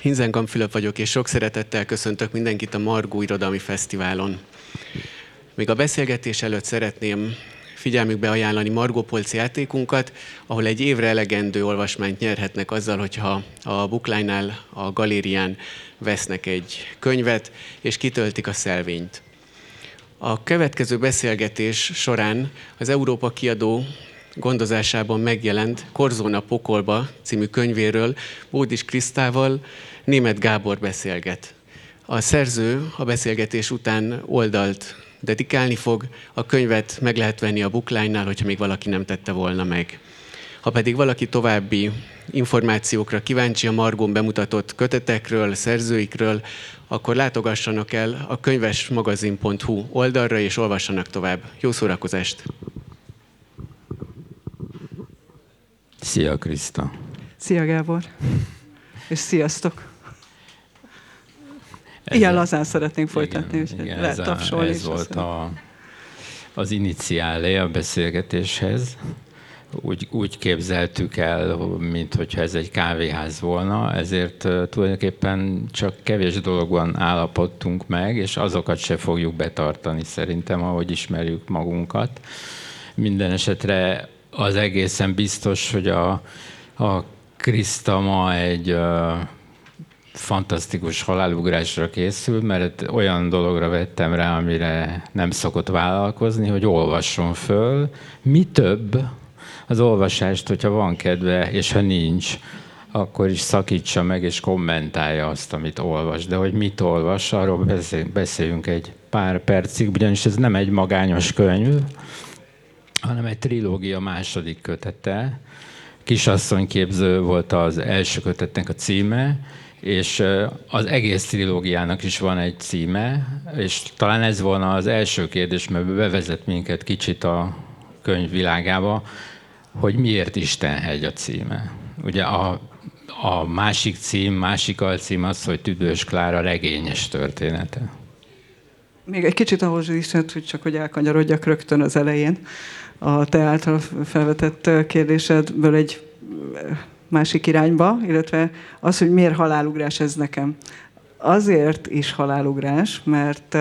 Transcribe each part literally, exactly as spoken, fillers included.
Hinzenkamp Fülöp vagyok, és sok szeretettel köszöntök mindenkit a Margó Irodalmi Fesztiválon. Még a beszélgetés előtt szeretném figyelmükbe ajánlani Margó polc játékunkat, ahol egy évre elegendő olvasmányt nyerhetnek azzal, hogyha a Bookline-nál, a galérián vesznek egy könyvet, és kitöltik a szelvényt. A következő beszélgetés során az Európa Kiadó gondozásában megjelent Korzóna pokolba című könyvéről Bódis Krisztával Németh Gábor beszélget. A szerző a beszélgetés után oldalt dedikálni fog, a könyvet meg lehet venni a Bookline-nál, hogyha még valaki nem tette volna meg. Ha pedig valaki további információkra kíváncsi a Margón bemutatott kötetekről, szerzőikről, akkor látogassanak el a könyvesmagazin pont hu oldalra, és olvassanak tovább. Jó szórakozást! Szia, Kriszta! Szia, Gábor! És sziasztok! Ez Ilyen a... lazán szeretnénk folytatni, igen, úgyhogy igen, lehet ez tapsolni. A, ez volt a, az iniciálé a beszélgetéshez. Úgy, úgy képzeltük el, mint hogyha ez egy kávéház volna, ezért uh, tulajdonképpen csak kevés dologban állapodtunk meg, és azokat se fogjuk betartani szerintem, ahogy ismerjük magunkat. Minden esetre az egészen biztos, hogy a, a Kriszta ma egy uh, fantasztikus halálugrásra készül, mert olyan dologra vettem rá, amire nem szokott vállalkozni, hogy olvasson föl. Mi több, az olvasást, hogyha van kedve, és ha nincs, akkor is szakítsa meg, és kommentálja azt, amit olvas. De hogy mit olvas, arról beszéljünk egy pár percig, ugyanis ez nem egy magányos könyv, hanem egy trilógia második kötete. Kisasszonyképző volt az első kötetnek a címe, és az egész trilógiának is van egy címe, és talán ez volna az első kérdés, mert bevezet minket kicsit a könyv világába, hogy miért Istenhegy a címe. Ugye a, a másik cím, másik alcím az, hogy Tüdős Klára regényes története. Még egy kicsit ahhoz is, hogy csak hogy elkanyarodjak rögtön az elején. A te által felvetett kérdésedből egy másik irányba, illetve az, hogy miért halálugrás ez nekem. Azért is halálugrás, mert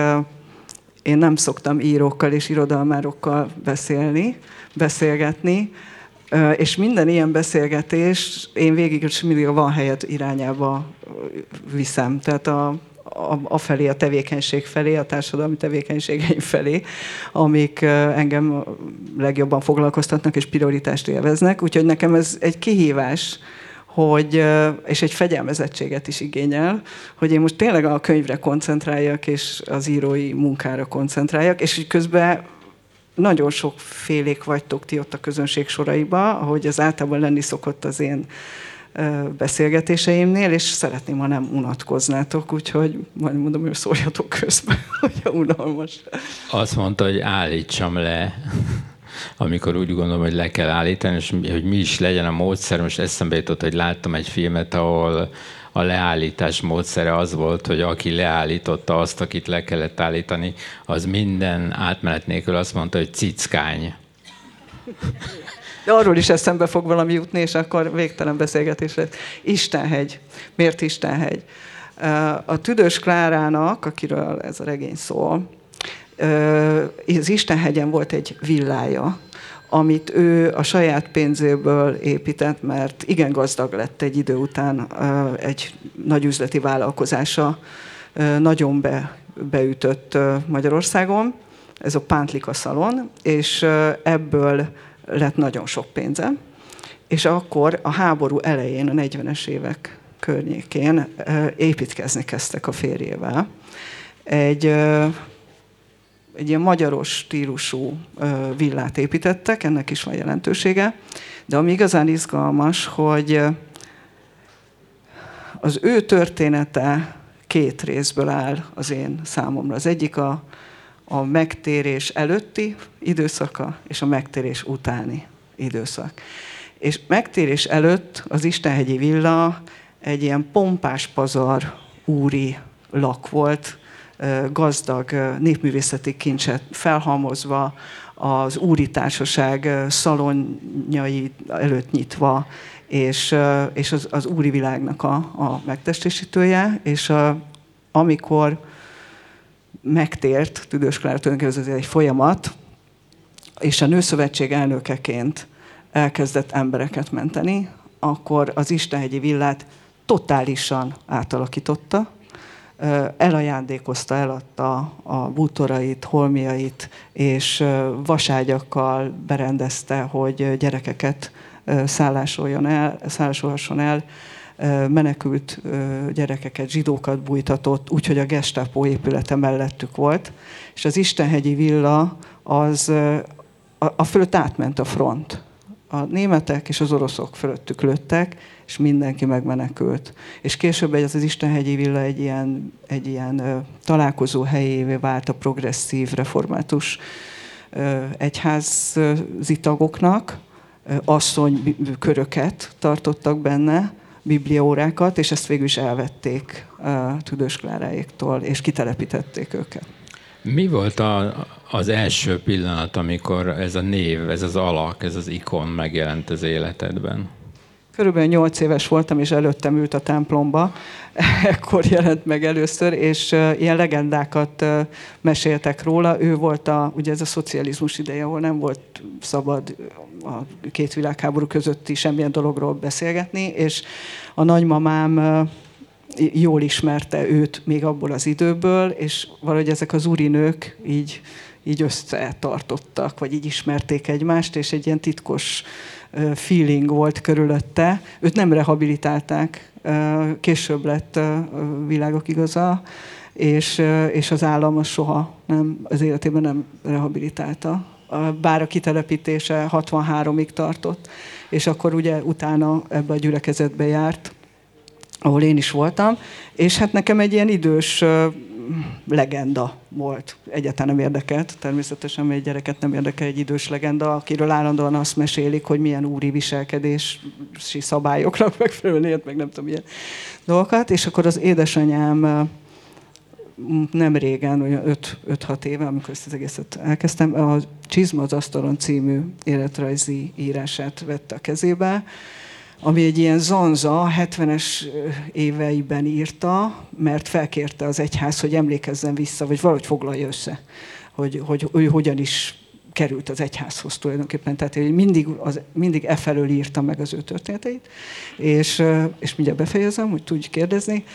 én nem szoktam írókkal és irodalmárokkal beszélni, beszélgetni, és minden ilyen beszélgetés én végig is mindig a van helyed irányába viszem. Tehát a, a, a felé, a tevékenység felé, a társadalmi tevékenységeim felé, amik engem legjobban foglalkoztatnak és prioritást élveznek. Úgyhogy nekem ez egy kihívás, hogy, és egy fegyelmezettséget is igényel, hogy én most tényleg a könyvre koncentráljak, és az írói munkára koncentráljak, és így közben nagyon sokfélék vagytok ti ott a közönség soraiba, ahogy az általában lenni szokott az én beszélgetéseimnél, és szeretném, ha nem unatkoznátok, úgyhogy majd mondom, hogy szóljatok közben, hogyha unalmas. Azt mondta, hogy állítsam le, amikor úgy gondolom, hogy le kell állítani, és hogy mi is legyen a módszer. Most eszembe jutott, hogy láttam egy filmet, ahol a leállítás módszere az volt, hogy aki leállította azt, akit le kellett állítani, az minden átmenet nélkül azt mondta, hogy cickány. De arról is eszembe fog valami jutni, és akkor végtelen beszélgetés lett. Istenhegy. Miért Istenhegy? A Tüdős Klárának, akiről ez a regény szól, az Istenhegyen volt egy villája, amit ő a saját pénzéből épített, mert igen gazdag lett egy idő után, egy nagy üzleti vállalkozása nagyon be, beütött Magyarországon, ez a Pántlika Szalon, és ebből lett nagyon sok pénze. És akkor a háború elején, a negyvenes évek környékén építkezni kezdtek a férjével. Egy, egy ilyen magyaros stílusú villát építettek, ennek is van jelentősége, de ami igazán izgalmas, hogy az ő története két részből áll az én számomra. Az egyik a, a megtérés előtti időszaka, és a megtérés utáni időszak. És megtérés előtt az Istenhegyi villa egy ilyen pompás pazar úri lak volt, gazdag népművészeti kincset felhalmozva, az úri társaság szalonjai előtt nyitva, és, és az, az úri világnak a, a megtestesítője, és a, amikor megtért, Tüdős Klára tulajdonképpen ez egy folyamat, és a Nőszövetség elnökeként elkezdett embereket menteni, akkor az Istenhegyi villát totálisan átalakította, elajándékozta, eladta a bútorait, holmiait, és vaságyakkal berendezte, hogy gyerekeket szállásoljon el, szállásolhasson el, menekült gyerekeket, zsidókat bújtatott, úgyhogy a Gestapo épülete mellettük volt. És az Istenhegyi villa az a, a fölött átment a front. A németek és az oroszok fölöttük lőttek, és mindenki megmenekült. És később ez az Istenhegyi villa egy ilyen, egy ilyen uh, találkozó helyévé vált a progresszív, református uh, egyházi tagoknak. Uh, asszony köröket tartottak benne, bibliaórákat, és ezt végül is elvették uh, Tüdős Kláráéktól, és kitelepítették őket. Mi volt a, az első pillanat, amikor ez a név, ez az alak, ez az ikon megjelent az életedben? Körülbelül nyolc éves voltam, és előttem ült a templomba. Ekkor jelent meg először, és uh, ilyen legendákat uh, meséltek róla. Ő volt a, ugye ez a szocializmus ideje, ahol nem volt szabad a két világháború közötti semmilyen dologról beszélgetni, és a nagymamám uh, jól ismerte őt még abból az időből, és valahogy ezek az úrinők így, így összetartottak, vagy így ismerték egymást, és egy ilyen titkos feeling volt körülötte. Őt nem rehabilitálták, később lett Világok igaza, és, és az állam az soha nem, az életében nem rehabilitálta. Bár a kitelepítése hatvanháromig tartott, és akkor ugye utána ebbe a gyülekezetbe járt, ahol én is voltam, és hát nekem egy ilyen idős uh, legenda volt. Egyáltalán nem érdekelt, természetesen egy gyereket nem érdekel egy idős legenda, akiről állandóan azt mesélik, hogy milyen úri viselkedési szabályoknak megfelelően élt, meg nem tudom, milyen dolgokat, és akkor az édesanyám uh, nem régen, olyan öt-hat éve, amikor ezt az egészet elkezdtem, a Csizma az asztalon című életrajzi írását vette a kezébe, ami egy ilyen zonza, hetvenes éveiben írta, mert felkérte az egyház, hogy emlékezzen vissza, vagy valahogy foglalja össze, hogy, hogy ő hogyan is került az egyházhoz tulajdonképpen. Tehát hogy mindig, az, mindig e felől írta meg az ő történeteit, és, és mindjárt befejezem, hogy tudj kérdezni.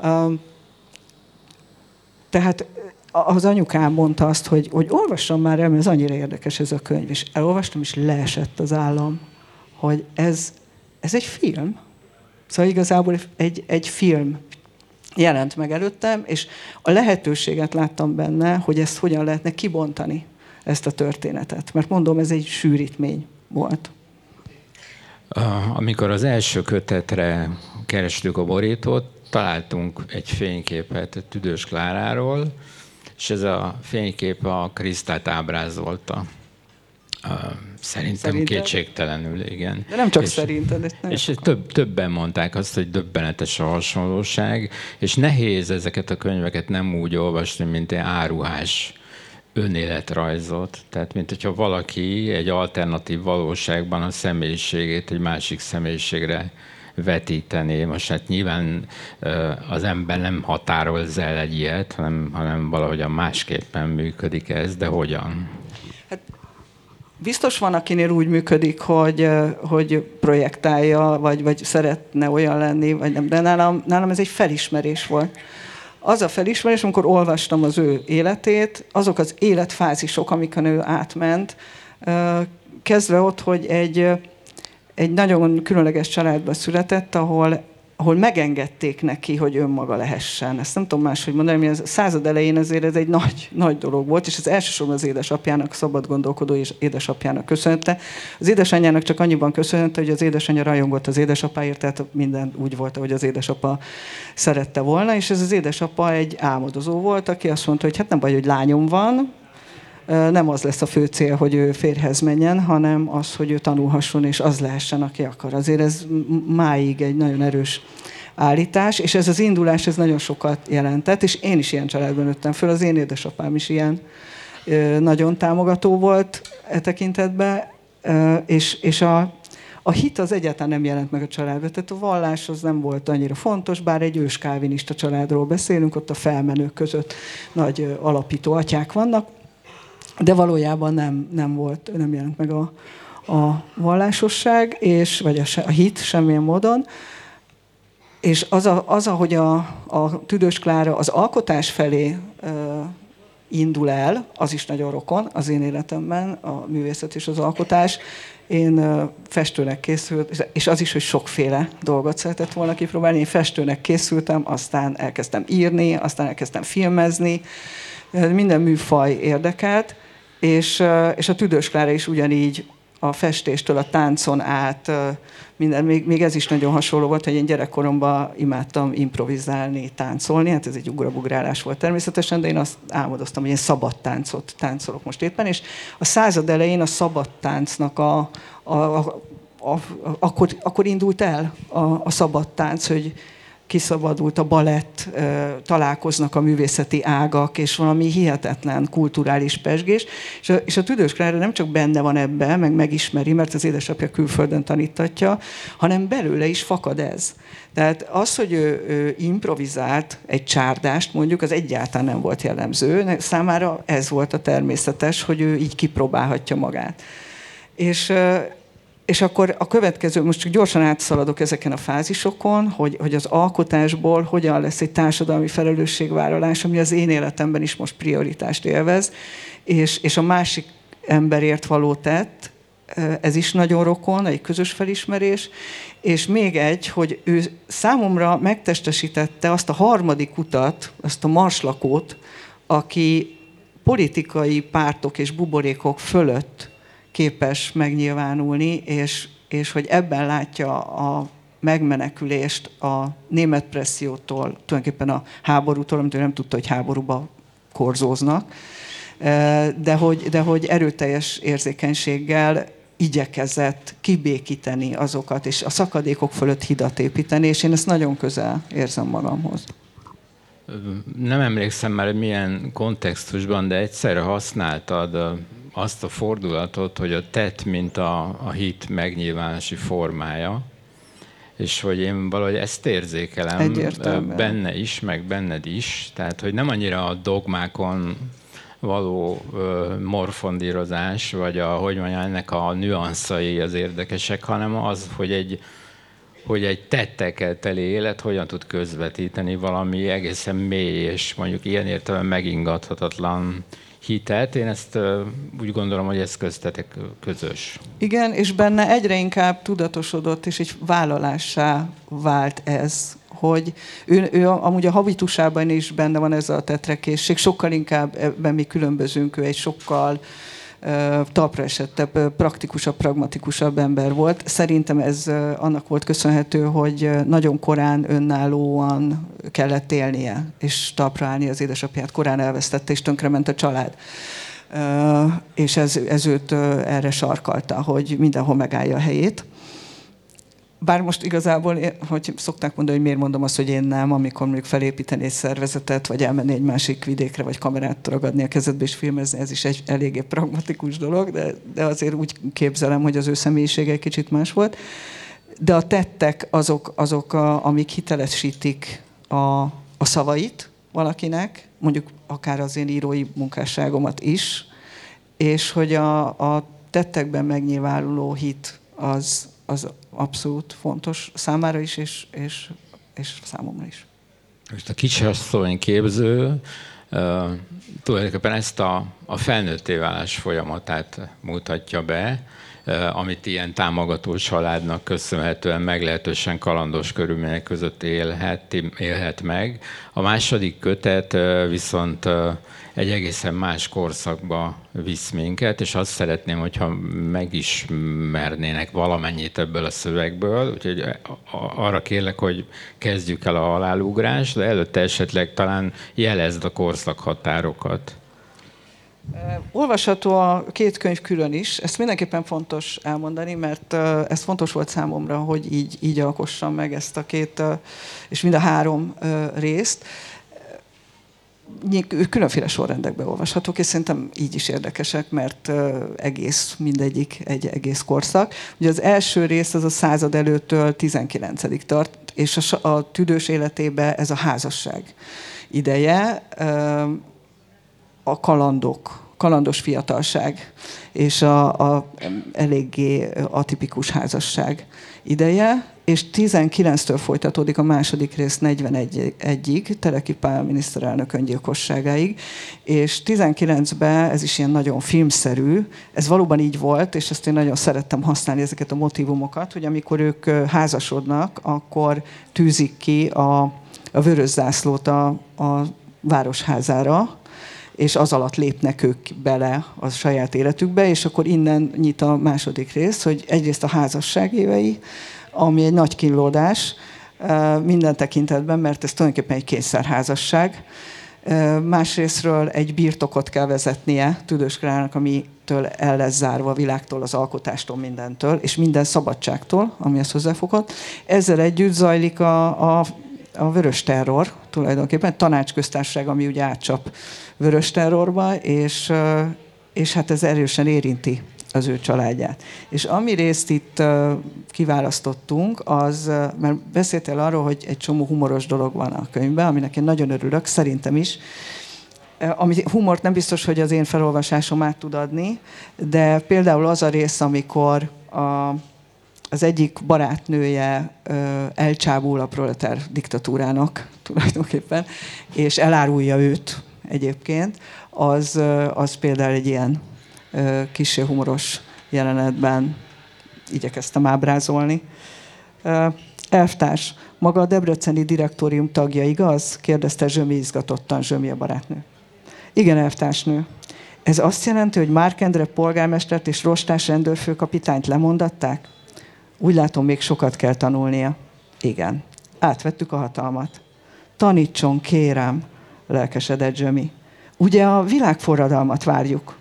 Tehát az anyukám mondta azt, hogy, hogy olvassam már el, mert ez annyira érdekes ez a könyv, és elolvastam, és leesett az állam, hogy ez Ez egy film. Szóval igazából egy, egy film jelent meg előttem, és a lehetőséget láttam benne, hogy ezt hogyan lehetne kibontani, ezt a történetet. Mert mondom, ez egy sűrítmény volt. Amikor az első kötetre kerestük a borítót, találtunk egy fényképet Tüdős Kláráról, és ez a fénykép a Krisztát ábrázolta. Szerintem Szerinted? Kétségtelenül, igen. De nem csak és, szerinted. És több, többen mondták azt, hogy döbbenetes a hasonlóság, és nehéz ezeket a könyveket nem úgy olvasni, mint egy áruhás önéletrajzot. Tehát, mint hogyha valaki egy alternatív valóságban a személyiségét egy másik személyiségre vetítené. Most hát nyilván az ember nem határoz el egy ilyet, hanem, hanem valahogyan másképpen működik ez, de hogyan? Hát biztos van, akinél úgy működik, hogy, hogy projektálja, vagy, vagy szeretne olyan lenni, vagy nem, de nálam, nálam ez egy felismerés volt. Az a felismerés, amikor olvastam az ő életét, azok az életfázisok, amiken ő átment, kezdve ott, hogy egy, egy nagyon különleges családba született, ahol, ahol megengedték neki, hogy önmaga lehessen. Ezt nem tudom máshogy mondani, mert a század elején azért ez egy nagy, nagy dolog volt, és ez elsősorban az édesapjának, szabad gondolkodó és édesapjának köszönhette. Az édesanyjának csak annyiban köszönhette, hogy az édesanyja rajongott az édesapáért, tehát minden úgy volt, ahogy az édesapa szerette volna, és ez az édesapa egy álmodozó volt, aki azt mondta, hogy hát nem baj, hogy lányom van, nem az lesz a fő cél, hogy ő férjhez menjen, hanem az, hogy ő tanulhasson, és az lehessen, aki akar. Azért ez máig egy nagyon erős állítás, és ez az indulás, ez nagyon sokat jelentett, és én is ilyen családban nőttem föl, az én édesapám is ilyen. nagyon támogató volt e tekintetben, és, és a, a hit az egyáltalán nem jelent meg a családban. Tehát a vallás az nem volt annyira fontos, bár egy ős kálvinista családról beszélünk, ott a felmenők között nagy alapító atyák vannak, de valójában nem, nem volt, nem jelent meg a, a vallásosság, és, vagy a, a hit semmilyen módon. És az, a, az ahogy a, a Tüdös Klára az alkotás felé uh, indul el, az is nagyon rokon az én életemben, a művészet és az alkotás. Én uh, festőnek készült, és az is, hogy sokféle dolgot szeretett volna kipróbálni. Én festőnek készültem, aztán elkezdtem írni, aztán elkezdtem filmezni. Minden műfaj érdekelt, és, uh, és a Tüdös Klára is ugyanígy a festéstől a táncon át, minden, még, még ez is nagyon hasonló volt, hogy én gyerekkoromban imádtam improvizálni, táncolni, hát ez egy ugrabugrálás volt természetesen, de én azt álmodoztam, hogy én szabad táncot táncolok most éppen, és a század elején a szabad táncnak a, a, a, a, a akkor, akkor indult el a, a szabad tánc, hogy kiszabadult a balett, találkoznak a művészeti ágak, és valami hihetetlen kulturális pezsgés. És a, és a Tüdös Klára nem csak benne van ebben, meg megismeri, mert az édesapja külföldön tanítatja, hanem belőle is fakad ez. Tehát az, hogy ő, ő improvizált egy csárdást, mondjuk, az egyáltalán nem volt jellemző. Számára ez volt a természetes, hogy ő így kipróbálhatja magát. És... És akkor a következő, most csak gyorsan átszaladok ezeken a fázisokon, hogy, hogy az alkotásból hogyan lesz egy társadalmi felelősségvállalás, ami az én életemben is most prioritást élvez, és, és a másik emberért való tett, ez is nagyon rokon, egy közös felismerés, és még egy, hogy ő számomra megtestesítette azt a harmadik utat, azt a marslakót, aki politikai pártok és buborékok fölött képes megnyilvánulni, és, és hogy ebben látja a megmenekülést a német pressziótól, tulajdonképpen a háborútól, amit ő nem tudta, hogy háborúba korzóznak, de hogy, de hogy erőteljes érzékenységgel igyekezett kibékíteni azokat, és a szakadékok fölött hidat építeni, és én ezt nagyon közel érzem magamhoz. Nem emlékszem már, hogy milyen kontextusban, de egyszerre használtad azt a fordulatot, hogy a tett, mint a, a hit megnyilvánulási formája, és hogy én valahogy ezt érzékelem Egyértelműen. Benne is, meg benned is, tehát hogy nem annyira a dogmákon való ö, morfondírozás, vagy a, hogy mondjam, ennek a nüanszai az érdekesek, hanem az, hogy egy, hogy egy tettekkel teli élet hogyan tud közvetíteni valami egészen mély, és mondjuk ilyen értelemben megingathatatlan hitet. Én ezt uh, úgy gondolom, hogy ez köztetek közös. Igen, és benne egyre inkább tudatosodott, és egy vállalássá vált ez, hogy ő, ő amúgy a habitusában is benne van ez a tetrekészség, sokkal inkább ebben mi különbözünk, ő egy sokkal uh, talpra esettebb, uh, praktikusabb, pragmatikusabb ember volt. Szerintem ez uh, annak volt köszönhető, hogy uh, nagyon korán önállóan kellett élnie, és talpra állni, az édesapját korán elvesztette, és tönkrement a család. Uh, és ez, ez őt uh, erre sarkalta, hogy mindenhol megállja a helyét. Bár most igazából, hogy szokták mondani, hogy miért mondom azt, hogy én nem, amikor mondjuk felépíteni egy szervezetet, vagy elmenni egy másik vidékre, vagy kamerát ragadni a kezedbe és filmezni, ez is egy eléggé pragmatikus dolog, de, de azért úgy képzelem, hogy az ő személyisége egy kicsit más volt. De a tettek azok, azok a, amik hitelesítik a, a szavait valakinek, mondjuk akár az én írói munkásságomat is, és hogy a, a tettekben megnyilvánuló hit az, az abszolút fontos számára is, és, és, és számomra is. Most a kisasszony képző uh, tulajdonképpen ezt a, a felnőtté válás folyamatát mutatja be, uh, amit ilyen támogató családnak köszönhetően meglehetősen kalandos körülmények között élhet, élhet meg. A második kötet uh, viszont uh, egy egészen más korszakba visz minket, és azt szeretném, hogyha megismernének valamennyit ebből a szövegből, úgyhogy arra kérlek, hogy kezdjük el a halálugrást, de előtte esetleg talán jelezd a korszakhatárokat. Olvasható a két könyv külön is, ezt mindenképpen fontos elmondani, mert ez fontos volt számomra, hogy így, így alkossam meg ezt a két, és mind a három részt. különféle sorrendekben olvashatók, és szerintem így is érdekesek, mert egész, mindegyik egy egész korszak. Ugye az első rész az a század előttől tizenkilencedig tart, és a, a tüdős életében ez a házasság ideje, a kalandok, kalandos fiatalság, és a, a eléggé atipikus házasság ideje, és tizenkilenctől folytatódik a második rész negyvenegyig, Teleki Pál miniszterelnök öngyilkosságáig, és tizenkilencben ez is ilyen nagyon filmszerű, ez valóban így volt, és ezt én nagyon szerettem használni, ezeket a motívumokat, hogy amikor ők házasodnak, akkor tűzik ki a, a vörös zászlót a, a városházára, és az alatt lépnek ők bele a saját életükbe, és akkor innen nyit a második rész, hogy egyrészt a házasság évei, ami egy nagy kínlódás minden tekintetben, mert ez tulajdonképpen egy kényszerházasság. Másrésztről egy birtokot kell vezetnie Tüdős Klárának, amitől el lesz zárva a világtól, az alkotástól, mindentől, és minden szabadságtól, amihez hozzáfogott. Ezzel együtt zajlik a, a, a vörös terror, tulajdonképpen tanácsköztársaság, ami ugye átcsap vörös terrorba, és, és hát ez erősen érinti az ő családját. És ami részt itt kiválasztottunk, az, mert beszéltél arról, hogy egy csomó humoros dolog van a könyvben, aminek én nagyon örülök, szerintem is. Ami humort nem biztos, hogy az én felolvasásom át tud adni, de például az a rész, amikor a, az egyik barátnője elcsábul a proletár diktatúrának tulajdonképpen, és elárulja őt egyébként, az, az például egy ilyen kissé humoros jelenetben igyekeztem ábrázolni. Elvtárs, maga a debreceni direktórium tagja, igaz? Kérdezte Zsömi izgatottan, Zsömi a barátnő. Igen, elvtársnő. Ez azt jelenti, hogy Márk Endre polgármestert és Rostás rendőrfőkapitányt lemondatták? Úgy látom, még sokat kell tanulnia. Igen. Átvettük a hatalmat. Tanítson, kérem, lelkesedett Zsömi. Ugye a világforradalmat várjuk.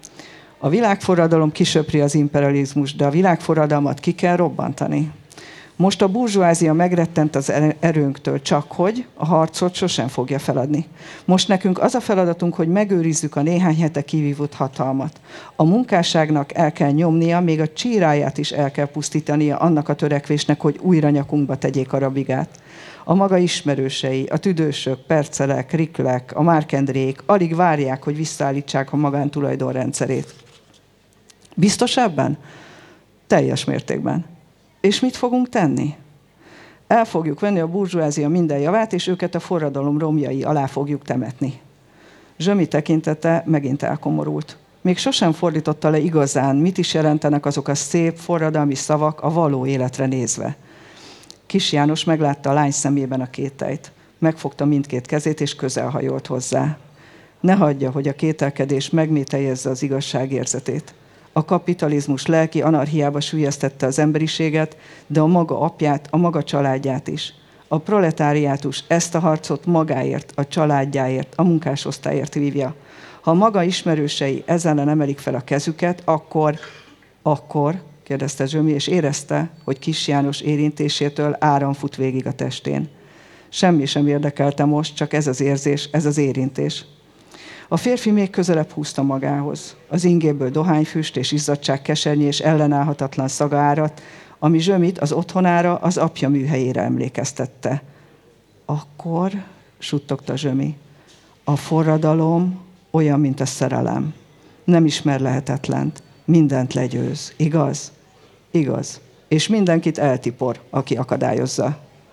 A világforradalom kisöpri az imperializmus, de a világforradalmat ki kell robbantani. Most a burzsóázia megrettent az erőnktől, csak hogy a harcot sosem fogja feladni. Most nekünk az a feladatunk, hogy megőrizzük a néhány hete kivívott hatalmat. A munkásságnak el kell nyomnia, még a csíráját is el kell pusztítania annak a törekvésnek, hogy újra nyakunkba tegyék a rabigát. A maga ismerősei, a tüdősök, percelek, riklek, a márkendrék alig várják, hogy visszaállítsák a magántulajdon rendszerét. Biztos ebben? Teljes mértékben. És mit fogunk tenni? El fogjuk venni a burzsóázia minden javát, és őket a forradalom romjai alá fogjuk temetni. Zsömi tekintete megint elkomorult. Még sosem fordította le igazán, mit is jelentenek azok a szép, forradalmi szavak a való életre nézve. Kis János meglátta a lány szemében a kételyt. Megfogta mindkét kezét, és közelhajolt hozzá. Ne hagyja, hogy a kételkedés megmételjezze az igazság érzetét. A kapitalizmus lelki anarchiába süllyesztette az emberiséget, de a maga apját, a maga családját is. A proletáriátus ezt a harcot magáért, a családjáért, a munkásosztályért vívja. Ha a maga ismerősei ezzel ellen emelik fel a kezüket, akkor, akkor, kérdezte Zsömi, és érezte, hogy Kis János érintésétől áram fut végig a testén. Semmi sem érdekelte most, csak ez az érzés, ez az érintés. A férfi még közelebb húzta magához. Az ingéből dohányfüst és izzadság kesernyé és ellenállhatatlan szaga áradt, ami Zsömit az otthonára, az apja műhelyére emlékeztette. Akkor, suttogta Zsömi, a forradalom olyan, mint a szerelem. Nem ismer lehetetlent, mindent legyőz. Igaz? Igaz. És mindenkit eltipor, aki akadályozza.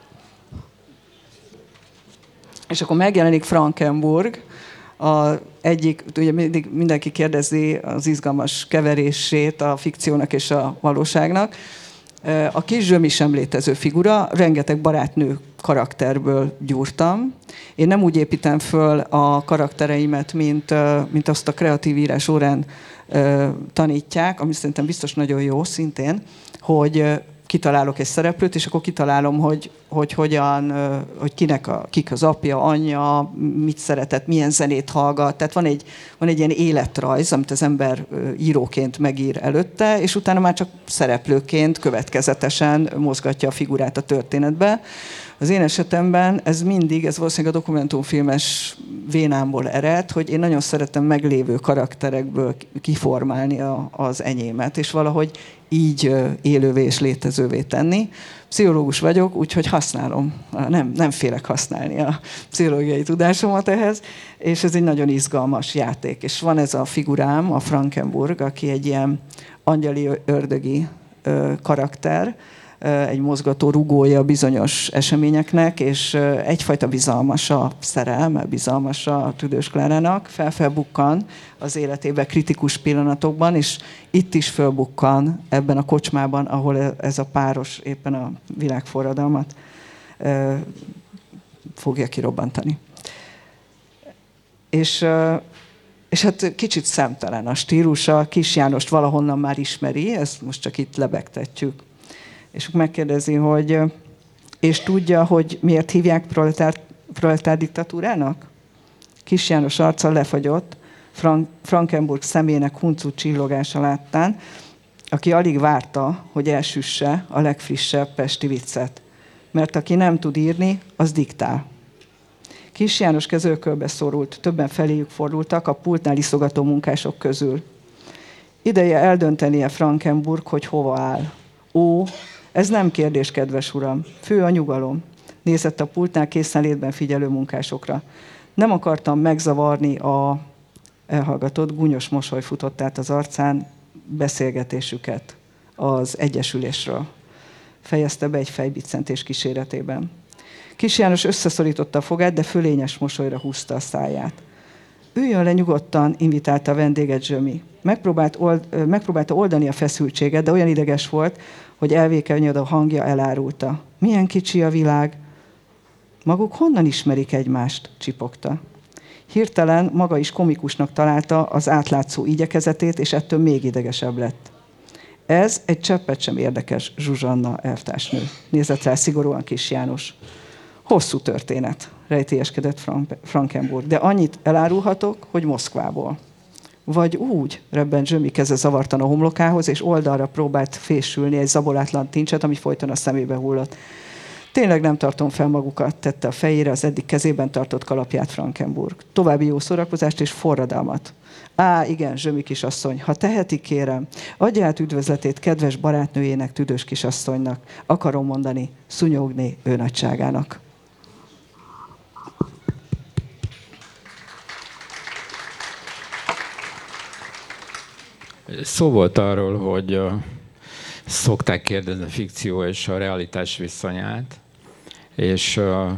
És akkor megjelenik Frankenburg, a egyik, ugye mindig mindenki kérdezi az izgalmas keverését a fikciónak és a valóságnak. A Kis Zsömi sem létező figura, rengeteg barátnő karakterből gyúrtam. Én nem úgy építem föl a karaktereimet, mint, mint azt a kreatív írás órán tanítják, ami szerintem biztos nagyon jó szintén, hogy kitalálok egy szereplőt, és akkor kitalálom, hogy, hogy hogyan, hogy kinek a, kik az apja, anyja, mit szeretett, milyen zenét hallgat. Tehát van egy, van egy ilyen életrajz, amit az ember íróként megír előtte, és utána már csak szereplőként következetesen mozgatja a figurát a történetbe. Az én esetemben ez mindig, ez valószínűleg a dokumentumfilmes vénámból ered, hogy én nagyon szeretem meglévő karakterekből kiformálni a, az enyémet, és valahogy így élővé és létezővé tenni. Pszichológus vagyok, úgyhogy használom, nem, nem félek használni a pszichológiai tudásomat ehhez, és ez egy nagyon izgalmas játék. És van ez a figurám, a Frankenburg, aki egy ilyen angyali ördögi karakter, egy mozgató rugója bizonyos eseményeknek, és egyfajta bizalmas a szerelme, bizalmas a Tüdős Klárának, felfelbukkan az életébe kritikus pillanatokban, és itt is fölbukkan ebben a kocsmában, ahol ez a páros éppen a világforradalmat fogja kirobbantani. És, és hát kicsit szemtelen a stílusa, Kis Jánost valahonnan már ismeri, ezt most csak itt lebegtetjük. És megkérdezi, hogy és tudja, hogy miért hívják proletár, proletár diktatúrának? Kis János arca lefagyott, Frank, Frankenburg szemének huncut csillogása láttán, aki alig várta, hogy elsüsse a legfrissebb pesti viccet. Mert aki nem tud írni, az diktál. Kis János kezőkölbe szorult, többen feléjük fordultak a pultnál iszogató munkások közül. Ideje eldöntenie Frankenburg, hogy hova áll. Ó, ez nem kérdés, kedves uram. Fő a nyugalom. Nézett a pultnál készenlétben figyelő munkásokra. Nem akartam megzavarni a elhallgatott, gúnyos mosoly futott át az arcán beszélgetésüket az egyesülésről. Fejezte be egy fejbiccentés kíséretében. Kis János összeszorította a fogát, de fölényes mosolyra húzta a száját. Üljön le nyugodtan, invitálta a vendéget Zsömi. Megpróbált old, megpróbálta oldani a feszültséget, de olyan ideges volt, hogy elvékenyedő a hangja elárulta. Milyen kicsi a világ. Maguk honnan ismerik egymást? Csipogta. Hirtelen maga is komikusnak találta az átlátszó igyekezetét, és ettől még idegesebb lett. Ez egy cseppet sem érdekes, Zsuzsanna elvtársnő. Nézett rá szigorúan Kis János. Hosszú történet, rejtélyeskedett Frankenburg, de annyit elárulhatok, hogy Moszkvából. Vagy úgy, rebbent Zsömi keze zavartan a homlokához, és oldalra próbált fésülni egy zabolátlan tincset, ami folyton a szemébe hullott. Tényleg nem tartom fel magukat, tette a fejére az eddig kezében tartott kalapját Frankenburg. További jó szórakozást és forradalmat. Á, igen, Zsömi kisasszony, ha teheti, kérem, adja át üdvözletét kedves barátnőjének, Tüdős kisasszonynak. Akarom mondani, Szúnyogné ő nagyságának. Szó volt arról, hogy uh, szokták kérdezni a fikció és a realitás viszonyát, és, uh,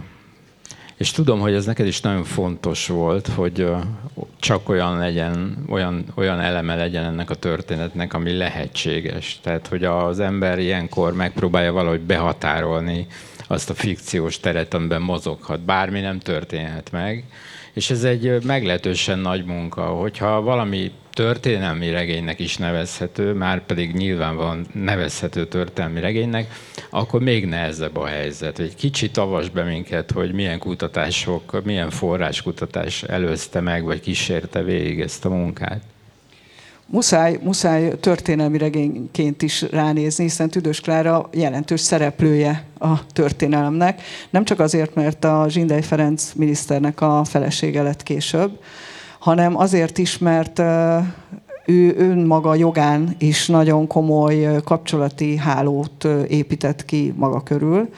és tudom, hogy ez neked is nagyon fontos volt, hogy uh, csak olyan legyen, olyan, olyan eleme legyen ennek a történetnek, ami lehetséges. Tehát, hogy az ember ilyenkor megpróbálja valahogy behatárolni azt a fikciós teret, amiben mozoghat. Bármi nem történhet meg. És ez egy meglehetősen nagy munka, hogyha valami történelmi regénynek is nevezhető, már pedig nyilvánvalóan nevezhető történelmi regénynek, akkor még nehezebb a helyzet. Egy kicsit avasd be minket, hogy milyen kutatások, milyen forráskutatás előzte meg, vagy kísérte végig ezt a munkát. Muszáj, muszáj történelmi regényként is ránézni, hiszen Tüdős Klára jelentős szereplője a történelemnek. Nem csak azért, mert a Zsindely Ferenc miniszternek a felesége lett később, hanem azért is, mert ő önmaga jogán is nagyon komoly kapcsolati hálót épített ki maga körül.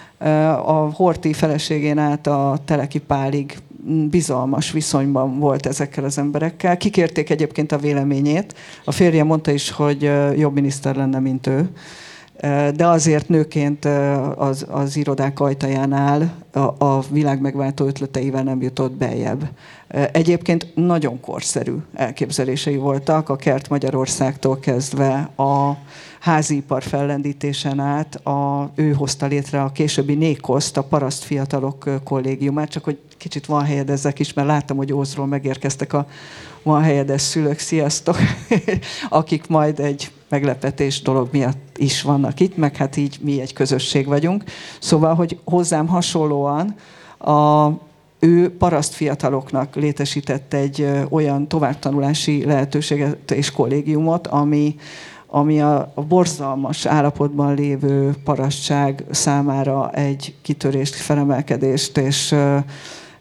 A Horthy feleségén át a Teleki Pálig bizalmas viszonyban volt ezekkel az emberekkel. Kikérték egyébként a véleményét. A férje mondta is, hogy jobb miniszter lenne, mint ő. De azért nőként az, az irodák ajtajánál a, a világ megváltó ötleteivel nem jutott beljebb. Egyébként nagyon korszerű elképzelései voltak, a Kert Magyarországtól kezdve a háziipar fellendítésen át, a, ő hozta létre a későbbi Nékoszt, a paraszt fiatalok kollégiumát, csak hogy kicsit van helyedezzek is, mert láttam, hogy Ózról megérkeztek a van helyedes szülők, sziasztok, akik majd egy meglepetés dolog miatt is vannak itt, meg hát így mi egy közösség vagyunk. Szóval, hogy hozzám hasonlóan a, ő paraszt fiataloknak létesített egy olyan továbbtanulási lehetőséget és kollégiumot, ami, ami a, a borzalmas állapotban lévő parasztság számára egy kitörést, felemelkedést és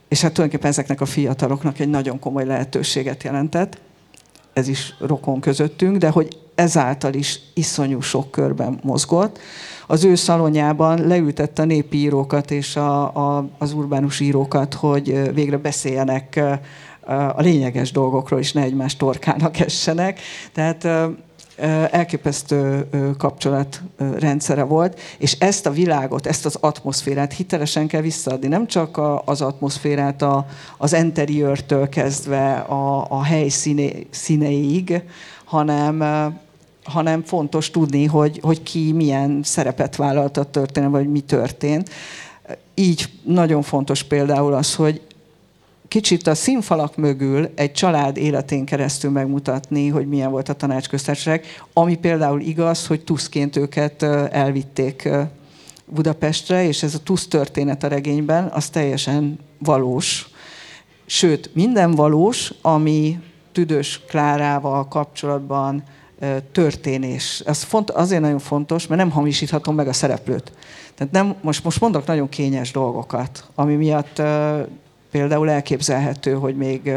és hát tulajdonképpen ezeknek a fiataloknak egy nagyon komoly lehetőséget jelentett. Ez is rokon közöttünk, de hogy ezáltal is iszonyú sok körben mozgott. Az ő szalonjában leültette a népi írókat és a, a, az urbánus írókat, hogy végre beszéljenek a lényeges dolgokról, és ne egymás torkának essenek. Tehát elképesztő kapcsolatrendszere volt, és ezt a világot, ezt az atmoszférát hitelesen kell visszaadni. Nem csak az atmoszférát az interiőrtől kezdve a, a hely színe, színeig, hanem, hanem fontos tudni, hogy, hogy ki milyen szerepet vállalt a történet, vagy mi történt. Így nagyon fontos például az, hogy kicsit a színfalak mögül egy család életén keresztül megmutatni, hogy milyen volt a tanácsköztársaság, ami például igaz, hogy tuszként őket elvitték Budapestre, és ez a tusz történet a regényben, az teljesen valós. Sőt, minden valós, ami Tüdös Klárával kapcsolatban történés. Ez font, azért nagyon fontos, mert nem hamisíthatom meg a szereplőt. Tehát nem, most, most mondok nagyon kényes dolgokat, ami miatt például elképzelhető, hogy még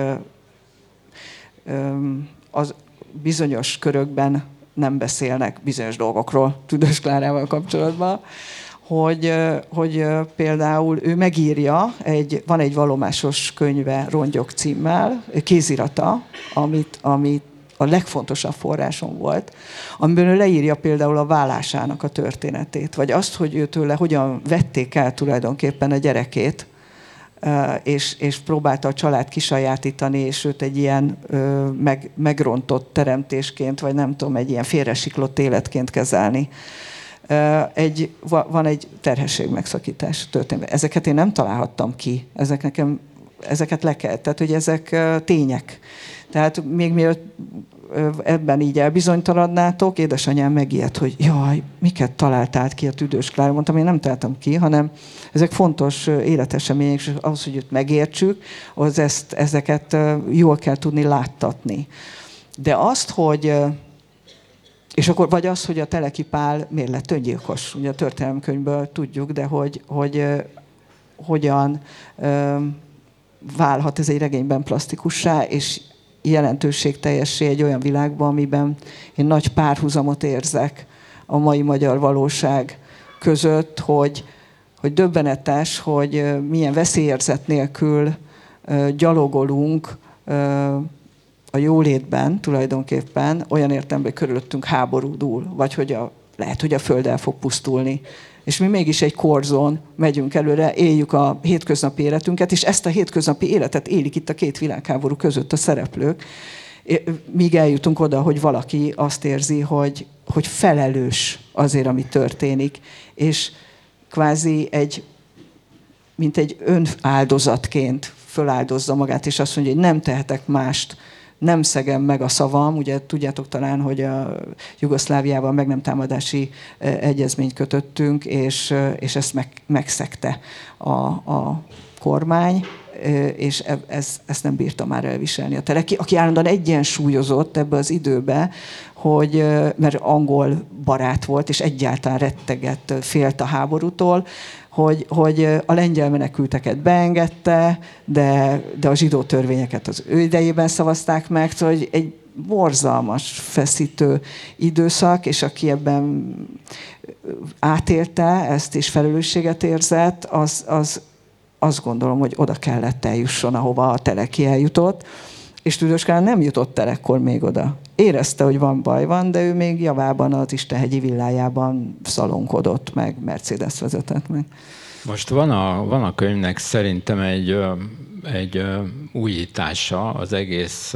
az bizonyos körökben nem beszélnek bizonyos dolgokról Tüdös Klárával kapcsolatban, hogy, hogy például ő megírja, egy, van egy vallomásos könyve Rongyok címmel, kézirata, amit, amit a legfontosabb forrásom volt, amiben ő leírja például a válásának a történetét, vagy azt, hogy ő tőle hogyan vették el tulajdonképpen a gyerekét, és, és próbálta a család kisajátítani, és őt egy ilyen ö, meg, megrontott teremtésként, vagy nem tudom, egy ilyen félresiklott életként kezelni. Egy, van egy terhesség-megszakítás történet. Ezeket én nem találhattam ki. Ezek nekem, ezeket le kell. Tehát, hogy ezek tények. Tehát még mielőtt ebben így elbizonytalanodnátok, édesanyám megijedt, hogy jaj, miket találtál ki a Tüdös Klára. Mondtam, én nem találtam ki, hanem ezek fontos életesemények, és ahhoz, hogy őt megértsük, az ezt, ezeket jól kell tudni láttatni. De azt, hogy és akkor vagy az, hogy a Teleki Pál miért lett öngyilkos. Ugye a történelemkönyvből tudjuk, de hogy, hogy hogyan válhat ez egy regényben plastikussá, és jelentőségteljessé egy olyan világban, amiben én nagy párhuzamot érzek a mai magyar valóság között, hogy, hogy döbbenetes, hogy milyen veszélyérzet nélkül gyalogolunk a jólétben tulajdonképpen, olyan értelemben körülöttünk háború dúl, vagy hogy a, lehet, hogy a föld el fog pusztulni. És mi mégis egy korzón megyünk előre, éljük a hétköznapi életünket, és ezt a hétköznapi életet élik itt a két világháború között a szereplők, míg eljutunk oda, hogy valaki azt érzi, hogy, hogy felelős azért, ami történik, és kvázi egy, mint egy önáldozatként föláldozza magát, és azt mondja, hogy nem tehetek mást, nem szegem meg a szavam. Ugye tudjátok talán, hogy a Jugoszláviával meg nem támadási egyezményt kötöttünk, és, és ezt meg, megszegte a, a kormány, és ez, ezt nem bírta már elviselni a Teleki, aki állandóan egyensúlyozott ebbe az időbe, hogy, mert angol barát volt, és egyáltalán rettegett, félt a háborútól, hogy, hogy a lengyel menekülteket beengedte, de, de a zsidó törvényeket az ő idejében szavazták meg, szóval egy borzalmas, feszítő időszak, és aki ebben átélte ezt és felelősséget érzett, az, az azt gondolom, hogy oda kellett eljusson, ahova a Teleki eljutott, és Tüdös Klára nem jutott el ekkor még oda. Érezte, hogy van baj van, de ő még javában az Istenhegyi villájában szalonkodott meg, Mercedes vezetett meg. Most van a, van a könyvnek szerintem egy, egy újítása az egész,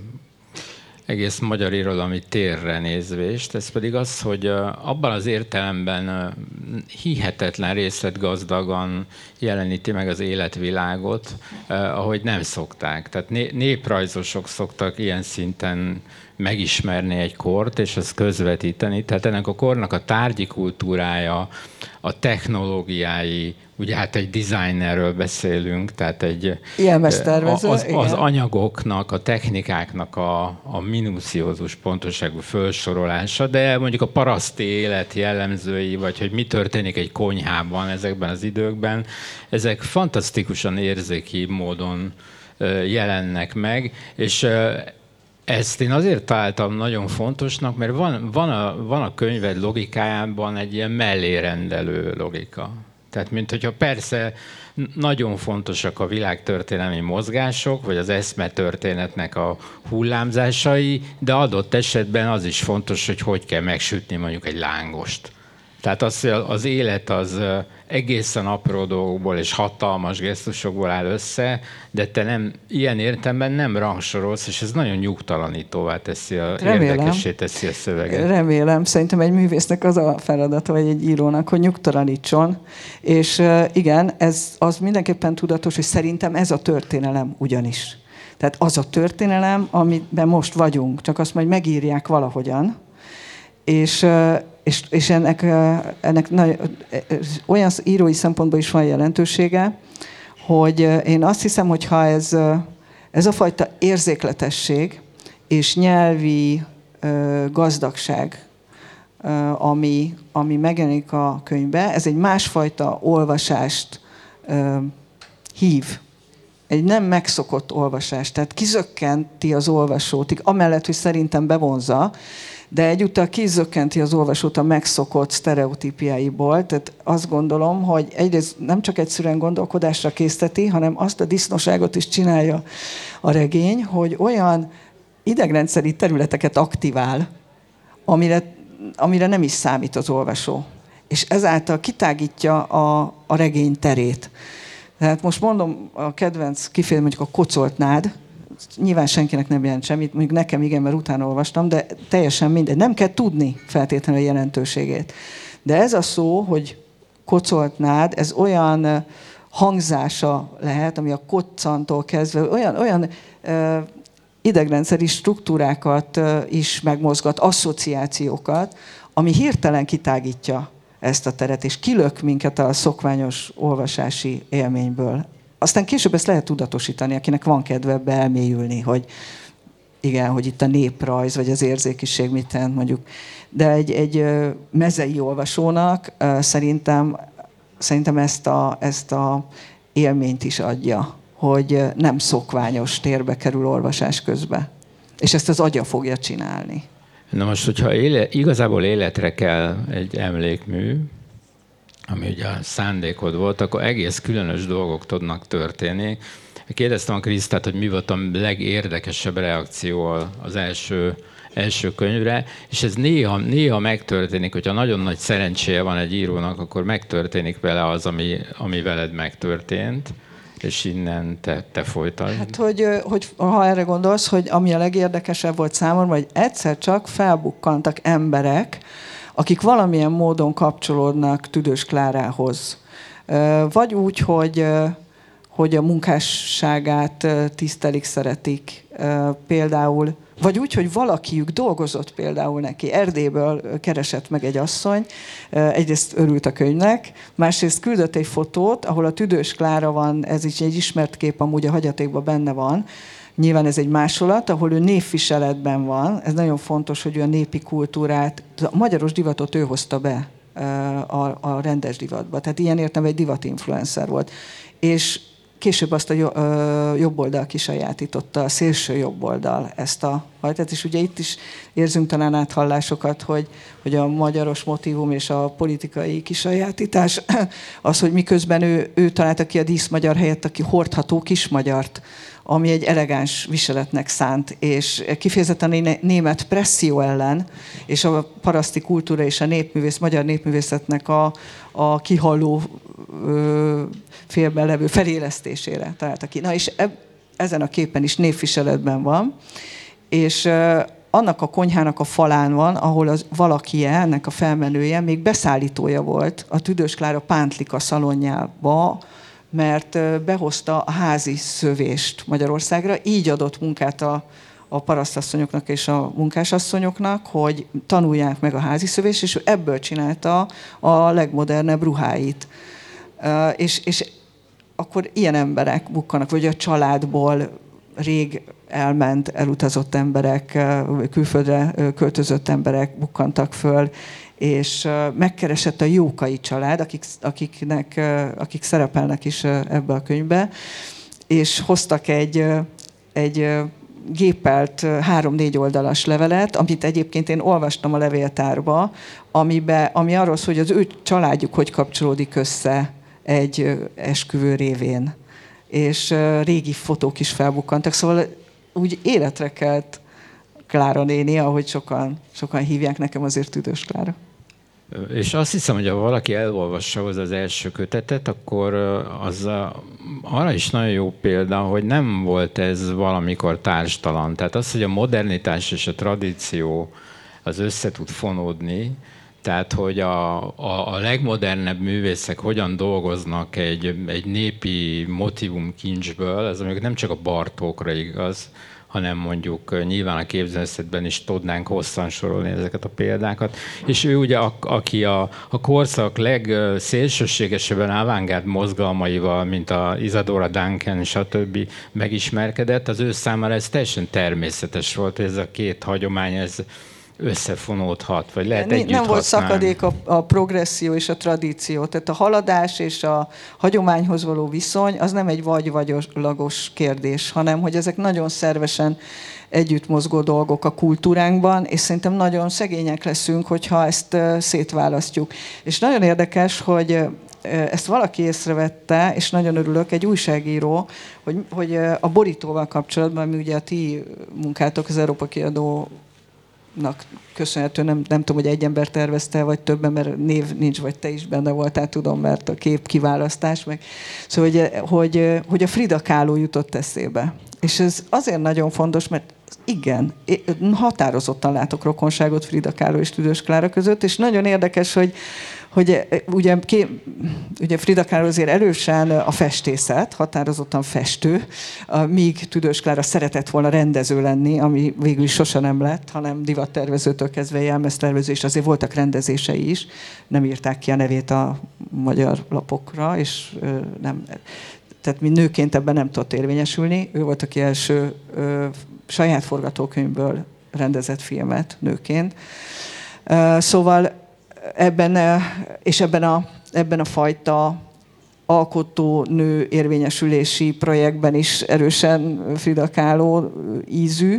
egész magyar irodalmi térre nézvést, ez pedig az, hogy abban az értelemben hihetetlen részletgazdagan jeleníti meg az életvilágot, ahogy nem szokták. Tehát néprajzosok szoktak ilyen szinten megismerni egy kort, és ezt közvetíteni. Tehát ennek a kornak a tárgyi kultúrája, a technológiái, ugye hát egy designerről beszélünk, tehát egy Jelmeztervező, az, az anyagoknak, a technikáknak a, a minuciózus pontosságú felsorolása, de mondjuk a paraszti élet jellemzői, vagy hogy mi történik egy konyhában ezekben az időkben, ezek fantasztikusan érzéki módon jelennek meg, és ezt én azért találtam nagyon fontosnak, mert van, van, a, van a könyved logikájában egy ilyen mellérendelő logika. Tehát, mint hogyha persze nagyon fontosak a világtörténelmi mozgások, vagy az eszmetörténetnek a hullámzásai, de adott esetben az is fontos, hogy hogy kell megsütni mondjuk egy lángost. Tehát az, az élet az egészen apró dolgokból és hatalmas gesztusokból áll össze, de te nem, ilyen értelemben nem rangsorolsz, és ez nagyon nyugtalanítóvá teszi, a, érdekessé teszi a szöveget. Remélem. Szerintem egy művésznek az a feladata, vagy egy írónak, hogy nyugtalanítson. És igen, ez az mindenképpen tudatos, hogy szerintem ez a történelem ugyanis. Tehát az a történelem, amiben most vagyunk, csak azt majd megírják valahogyan, és És, és ennek, ennek nagy, olyan írói szempontból is van jelentősége, hogy én azt hiszem, hogy ha ez, ez a fajta érzékletesség és nyelvi gazdagság, ami, ami megjelenik a könyvbe, ez egy másfajta olvasást hív. Egy nem megszokott olvasás. Tehát kizökkenti az olvasót, amellett, hogy szerintem bevonza, de egyúttal kizökkenti az olvasót a megszokott sztereotípiáiból. Tehát azt gondolom, hogy egyrészt nem csak egyszerűen gondolkodásra készteti, hanem azt a disznóságot is csinálja a regény, hogy olyan idegrendszeri területeket aktivál, amire, amire nem is számít az olvasó. És ezáltal kitágítja a, a regény terét. Tehát most mondom a kedvenc kifejezés, mondjuk a kocolt nád, nyilván senkinek nem jelent semmit, mondjuk nekem igen, mert utána olvastam, de teljesen mindegy. Nem kell tudni feltétlenül a jelentőségét. De ez a szó, hogy kocolt nád, ez olyan hangzása lehet, ami a koccantól kezdve olyan, olyan uh, idegrendszeri struktúrákat uh, is megmozgat, asszociációkat, ami hirtelen kitágítja ezt a teret, és kilök minket a szokványos olvasási élményből. Aztán később ezt lehet tudatosítani, akinek van kedve ebbe elmélyülni, hogy igen, hogy itt a néprajz, vagy az érzékiség mit jelent mondjuk. De egy, egy mezei olvasónak szerintem, szerintem ezt, a, ezt a élményt is adja, hogy nem szokványos térbe kerül olvasás közben. És ezt az agya fogja csinálni. Na most, hogyha éle, igazából életre kell egy emlékmű, ami ugye a szándékod volt, akkor egész különös dolgok tudnak történni. Kérdeztem a Krisztát, hogy mi volt a legérdekesebb reakció az első, első könyvre, és ez néha, néha megtörténik, hogyha nagyon nagy szerencséje van egy írónak, akkor megtörténik vele az, ami, ami veled megtörtént, és innen te, te folytasd. Hát, hogy, hogy ha erre gondolsz, hogy ami a legérdekesebb volt számomra, hogy egyszer csak felbukkantak emberek, akik valamilyen módon kapcsolódnak Tüdős Klárához. Vagy úgy, hogy, hogy a munkásságát tisztelik, szeretik például, vagy úgy, hogy valakiük dolgozott például neki. Erdélyből keresett meg egy asszony, egyrészt örült a könyvnek, másrészt küldött egy fotót, ahol a Tüdős Klára van, ez is egy ismert kép, amúgy a hagyatékban benne van. Nyilván ez egy másolat, ahol ő névviseletben van. Ez nagyon fontos, hogy ő a népi kultúrát, a magyaros divatot ő hozta be a, a rendes divatba. Tehát ilyen értem egy divatinfluencer volt. És később azt a jobb oldal kisajátította, a szélső jobb oldal ezt a hajtát. És ugye itt is érzünk talán áthallásokat, hogy, hogy a magyaros motívum és a politikai kisajátítás az, hogy miközben ő, ő találta ki a díszmagyar helyett, aki hordható kismagyart, ami egy elegáns viseletnek szánt, és kifejezetten a német presszió ellen, és a paraszti kultúra és a népművész, magyar népművészetnek a, a kihalló ö, félben levő felélesztésére találta ki. Na és eb, ezen a képen is népviseletben van, és ö, annak a konyhának a falán van, ahol az valaki, ennek a felmenője, még beszállítója volt a Tüdős Klára Pántlika szalonjába, mert behozta a házi szövést Magyarországra, így adott munkát a, a parasztasszonyoknak és a munkásasszonyoknak, hogy tanulják meg a háziszövést, és ő ebből csinálta a legmodernebb ruháit. És, és akkor ilyen emberek bukkanak, vagy a családból rég elment, elutazott emberek, külföldre költözött emberek bukkantak föl, és megkeresett a Jókai család, akik, akiknek, akik szerepelnek is ebbe a könyvbe, és hoztak egy, egy gépelt három-négy oldalas levelet, amit egyébként én olvastam a levéltárba, amibe, ami arról szól, hogy az ő családjuk hogy kapcsolódik össze egy esküvő révén. És régi fotók is felbukkantak, szóval úgy életre kelt Klára néni, ahogy sokan, sokan hívják, nekem azért Tüdös Klára. És azt hiszem, hogy ha valaki elolvassa az, az első kötetet, akkor az arra is nagyon jó példa, hogy nem volt ez valamikor társtalan. Tehát az, hogy a modernitás és a tradíció az össze tud fonódni, tehát, hogy a, a, a legmodernebb művészek hogyan dolgoznak egy, egy népi motivum kincsből, ez mondjuk nem csak a Bartókra igaz, hanem mondjuk nyilván a képzőművészetben is tudnánk hosszan sorolni ezeket a példákat. És ő ugye, a, aki a, a korszak legszélsőségesebben avantgárd mozgalmaival, mint a Isadora Duncan, stb. Megismerkedett, az ő számára ez teljesen természetes volt, hogy ez a két hagyomány, ez összefonódhat, vagy lehet együtt Nem volt használni. szakadék a, a progresszió és a tradíció. Tehát a haladás és a hagyományhoz való viszony az nem egy vagy-vagyolagos kérdés, hanem hogy ezek nagyon szervesen együtt mozgó dolgok a kultúránkban, és szerintem nagyon szegények leszünk, hogyha ezt szétválasztjuk. És nagyon érdekes, hogy ezt valaki észrevette, és nagyon örülök, egy újságíró, hogy, hogy a borítóval kapcsolatban, ami ugye a ti munkátok, az Európa Kiadó köszönhető, nem, nem tudom, hogy egy ember tervezte, vagy többen, mert név nincs, vagy te is benne voltál, tudom, mert a kép kiválasztás, meg. Szóval, hogy, hogy, hogy a Frida Kahlo jutott eszébe. És ez azért nagyon fontos, mert igen, határozottan látok rokonságot Frida Kahlo és Tüdös Klára között, és nagyon érdekes, hogy hogy ugye, ugye Frida Kahlo azért erősen a festészet, határozottan festő, míg Tüdös Klára szeretett volna rendező lenni, ami végül is sose nem lett, hanem divattervezőtől kezdve jelmeztervező, és azért voltak rendezései is, nem írták ki a nevét a magyar lapokra, és nem, tehát mi nőként ebben nem tudott érvényesülni. Ő volt, aki első ö, saját forgatókönyvből rendezett filmet nőként. Ö, szóval ebben, és ebben a, ebben a fajta alkotó nő érvényesülési projektben is erősen Frida Kahlo ízű,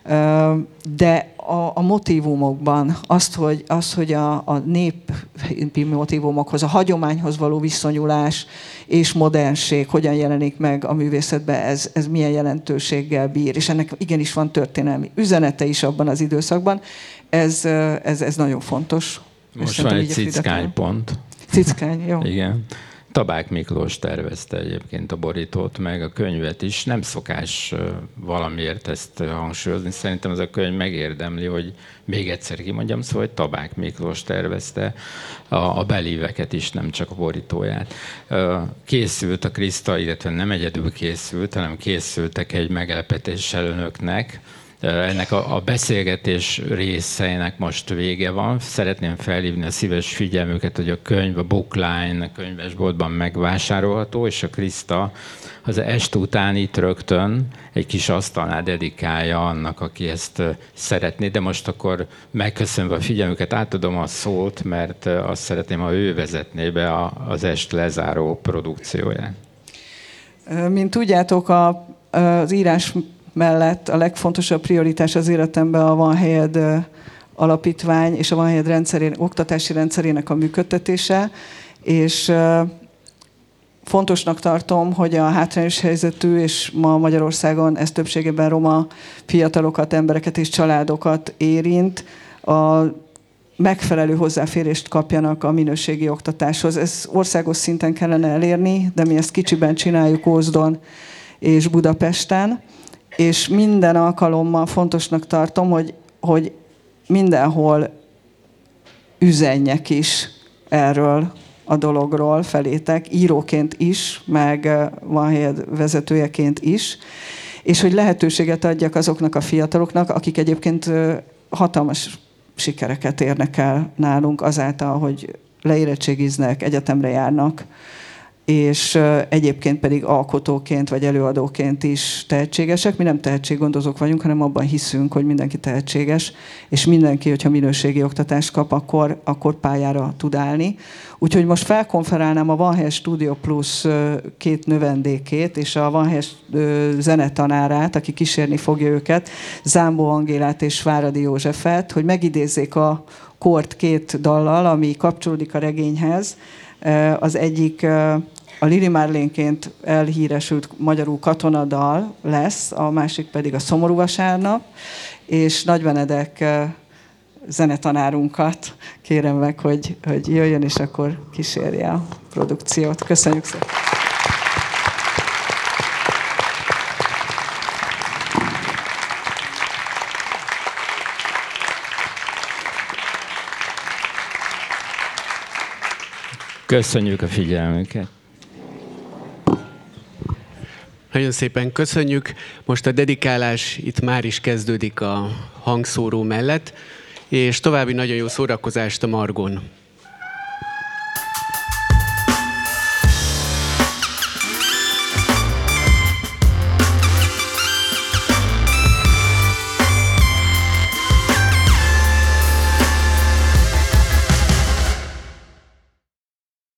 de a, a motívumokban azt, hogy, az, hogy a, a népi motívumokhoz, a hagyományhoz való viszonyulás és modernség hogyan jelenik meg a művészetben, ez, ez milyen jelentőséggel bír, és ennek igenis van történelmi üzenete is abban az időszakban, ez, ez, ez nagyon fontos. Most van egy cickánypont. Cickány, jó. Igen. Tabák Miklós tervezte egyébként a borítót, meg a könyvet is. Nem szokás valamiért ezt hangsúlyozni. Szerintem ez a könyv megérdemli, hogy még egyszer kimondjam, szóval, hogy Tabák Miklós tervezte a, a belíveket is, nem csak a borítóját. Készült a Kriszta, illetve nem egyedül készült, hanem készültek egy meglepetéssel önöknek. Ennek a, a beszélgetés részeinek most vége van. Szeretném felhívni a szíves figyelmüket, hogy a könyv a Bookline a könyvesboltban megvásárolható, és a Kriszta az este után itt rögtön egy kis asztalnál dedikálja annak, aki ezt szeretné. De most akkor megköszönve a figyelmüket, átadom a szót, mert azt szeretném, ha ő vezetné be a, az est lezáró produkcióját. Mint tudjátok, a, az írás mellett a legfontosabb prioritás az életemben a Van Helyed alapítvány és a Van Helyed rendszerén, oktatási rendszerének a működtetése, és fontosnak tartom, hogy a hátrányos helyzetű, és ma Magyarországon ez többségében roma fiatalokat, embereket és családokat érint, a megfelelő hozzáférést kapjanak a minőségi oktatáshoz. Ez országos szinten kellene elérni, de mi ezt kicsiben csináljuk Ózdon és Budapesten. És minden alkalommal fontosnak tartom, hogy, hogy mindenhol üzenjek is erről a dologról felétek, íróként is, meg Van Helyed vezetőjeként is. és hogy lehetőséget adjak azoknak a fiataloknak, akik egyébként hatalmas sikereket érnek el nálunk azáltal, hogy leérettségiznek, egyetemre járnak, és egyébként pedig alkotóként vagy előadóként is tehetségesek. Mi nem tehetséggondozók vagyunk, hanem abban hiszünk, hogy mindenki tehetséges, és mindenki, hogyha minőségi oktatást kap, akkor, akkor pályára tud állni. Úgyhogy most felkonferálnám a Van Helyes Studio Plus két növendékét, és a Van Helyes zenetanárát, aki kísérni fogja őket, Zámbó Angélát és Váradi Józsefet, hogy megidézzék a kort két dallal, ami kapcsolódik a regényhez. Az egyik a Lili Marlénként elhíresült magyarul katonadal lesz, a másik pedig a Szomorú vasárnap, és Nagy Benedek zenetanárunkat kérem meg, hogy, hogy jöjjön, és akkor kísérje a produkciót. Köszönjük szépen! Köszönjük a figyelmüket! Nagyon szépen köszönjük. Most a dedikálás itt már is kezdődik a hangszóró mellett, és további nagyon jó szórakozást a Margon.